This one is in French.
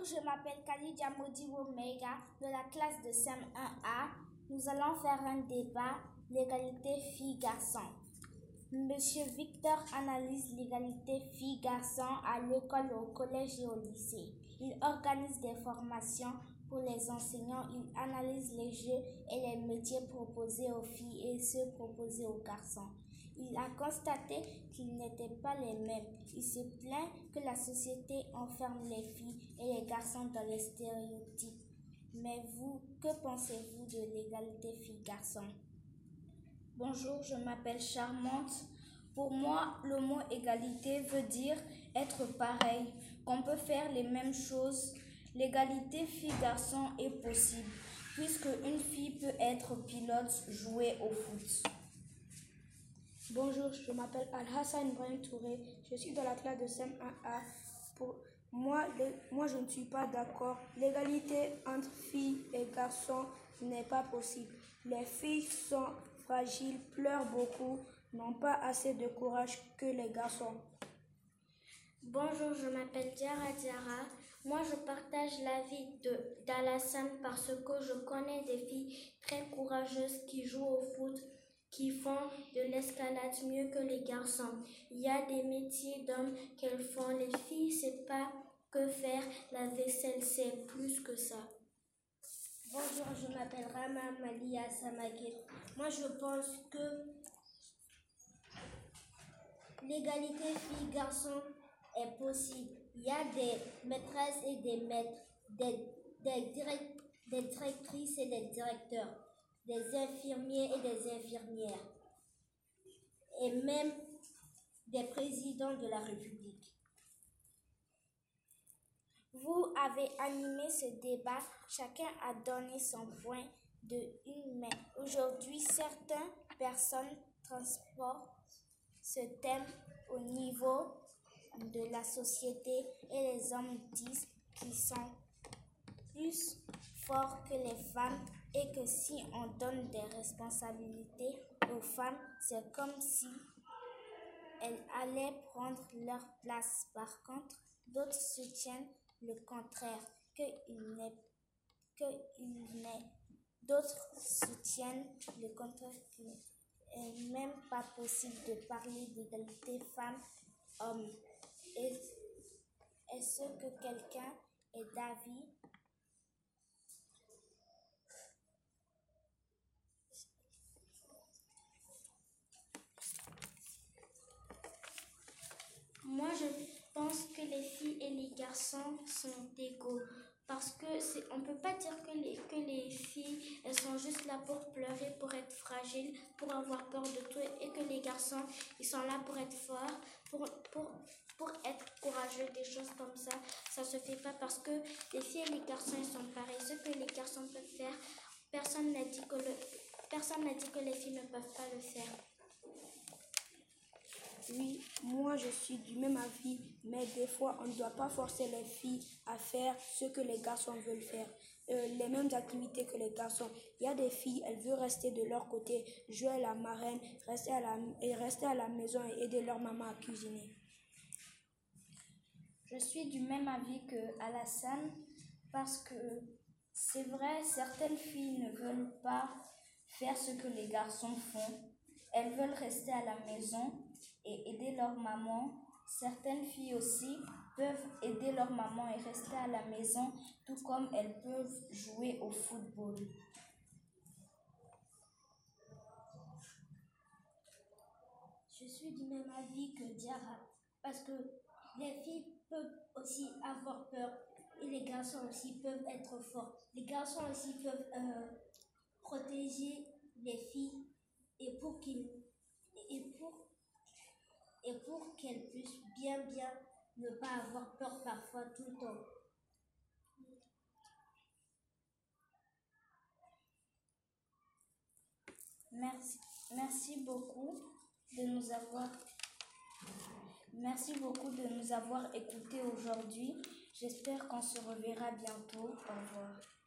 Bonjour, je m'appelle Khadija Modi Omega de la classe de CM1A. Nous allons faire un débat, l'égalité filles-garçons. Monsieur Victor analyse l'égalité filles-garçons à l'école, au collège et au lycée. Il organise des formations pour les enseignants. Il analyse les jeux et les métiers proposés aux filles et ceux proposés aux garçons. Il a constaté qu'ils n'étaient pas les mêmes. Il se plaint que la société enferme les filles et les garçons dans les stéréotypes. Mais vous, que pensez-vous de l'égalité filles-garçons? Bonjour, je m'appelle Charmante. Pour moi, le mot égalité veut dire être pareil, qu'on peut faire les mêmes choses. L'égalité filles-garçons est possible, puisque une fille peut être pilote, jouer au foot. Bonjour, je m'appelle Al-Hassan Ibrahim Touré, je suis dans la classe de CM1A. Pour moi, je ne suis pas d'accord. L'égalité entre filles et garçons n'est pas possible. Les filles sont fragiles, pleurent beaucoup, n'ont pas assez de courage que les garçons. Bonjour, je m'appelle Diara Diara. Moi, je partage l'avis d'Alassane parce que je connais des filles très courageuses qui jouent au foot, qui font de l'escalade mieux que les garçons. Il y a des métiers d'hommes qu'elles font. Les filles, c'est pas que faire la vaisselle, c'est plus que ça. Bonjour, je m'appelle Rama Malia Samaguet. Moi, je pense que l'égalité filles-garçons est possible. Il y a des maîtresses et des maîtres, des directrices et des directeurs, des infirmiers et des infirmières, et même des présidents de la République. Vous avez animé ce débat, chacun a donné son point de une main. Aujourd'hui, certaines personnes transportent ce thème au niveau de la société et les hommes disent qu'ils sont plus forts que les femmes et que si on donne des responsabilités aux femmes, c'est comme si elles allaient prendre leur place. Par contre, d'autres soutiennent le contraire, d'autres soutiennent le contraire qu'il n'est même pas possible de parler d'égalité femmes-hommes. Est-ce que quelqu'un est d'avis? Moi, je pense que les filles et les garçons sont égaux. Parce que on ne peut pas dire que les filles, elles sont juste là pour pleurer, pour être fragiles, pour avoir peur de tout. Et que les garçons, ils sont là pour être forts, pour être courageux, des choses comme ça. Ça se fait pas parce que les filles et les garçons, ils sont pareils. Ce que les garçons peuvent faire, personne n'a dit que les filles ne peuvent pas le faire. Oui, moi je suis du même avis, mais des fois on ne doit pas forcer les filles à faire ce que les garçons veulent faire, les mêmes activités que les garçons. Il y a des filles, elles veulent rester de leur côté, jouer à la marraine, rester à la maison et aider leur maman à cuisiner. Je suis du même avis que Alassane parce que c'est vrai, certaines filles ne veulent pas faire ce que les garçons font. Elles veulent rester à la maison et aider leur maman. Certaines filles aussi peuvent aider leur maman et rester à la maison, tout comme elles peuvent jouer au football. Je suis du même avis que Diara, parce que les filles peuvent aussi avoir peur et les garçons aussi peuvent être forts. Les garçons aussi peuvent protéger les filles et pour qu'elles puissent bien ne pas avoir peur parfois tout le temps. Merci beaucoup de nous avoir écoutés aujourd'hui. J'espère qu'on se reverra bientôt. Au revoir.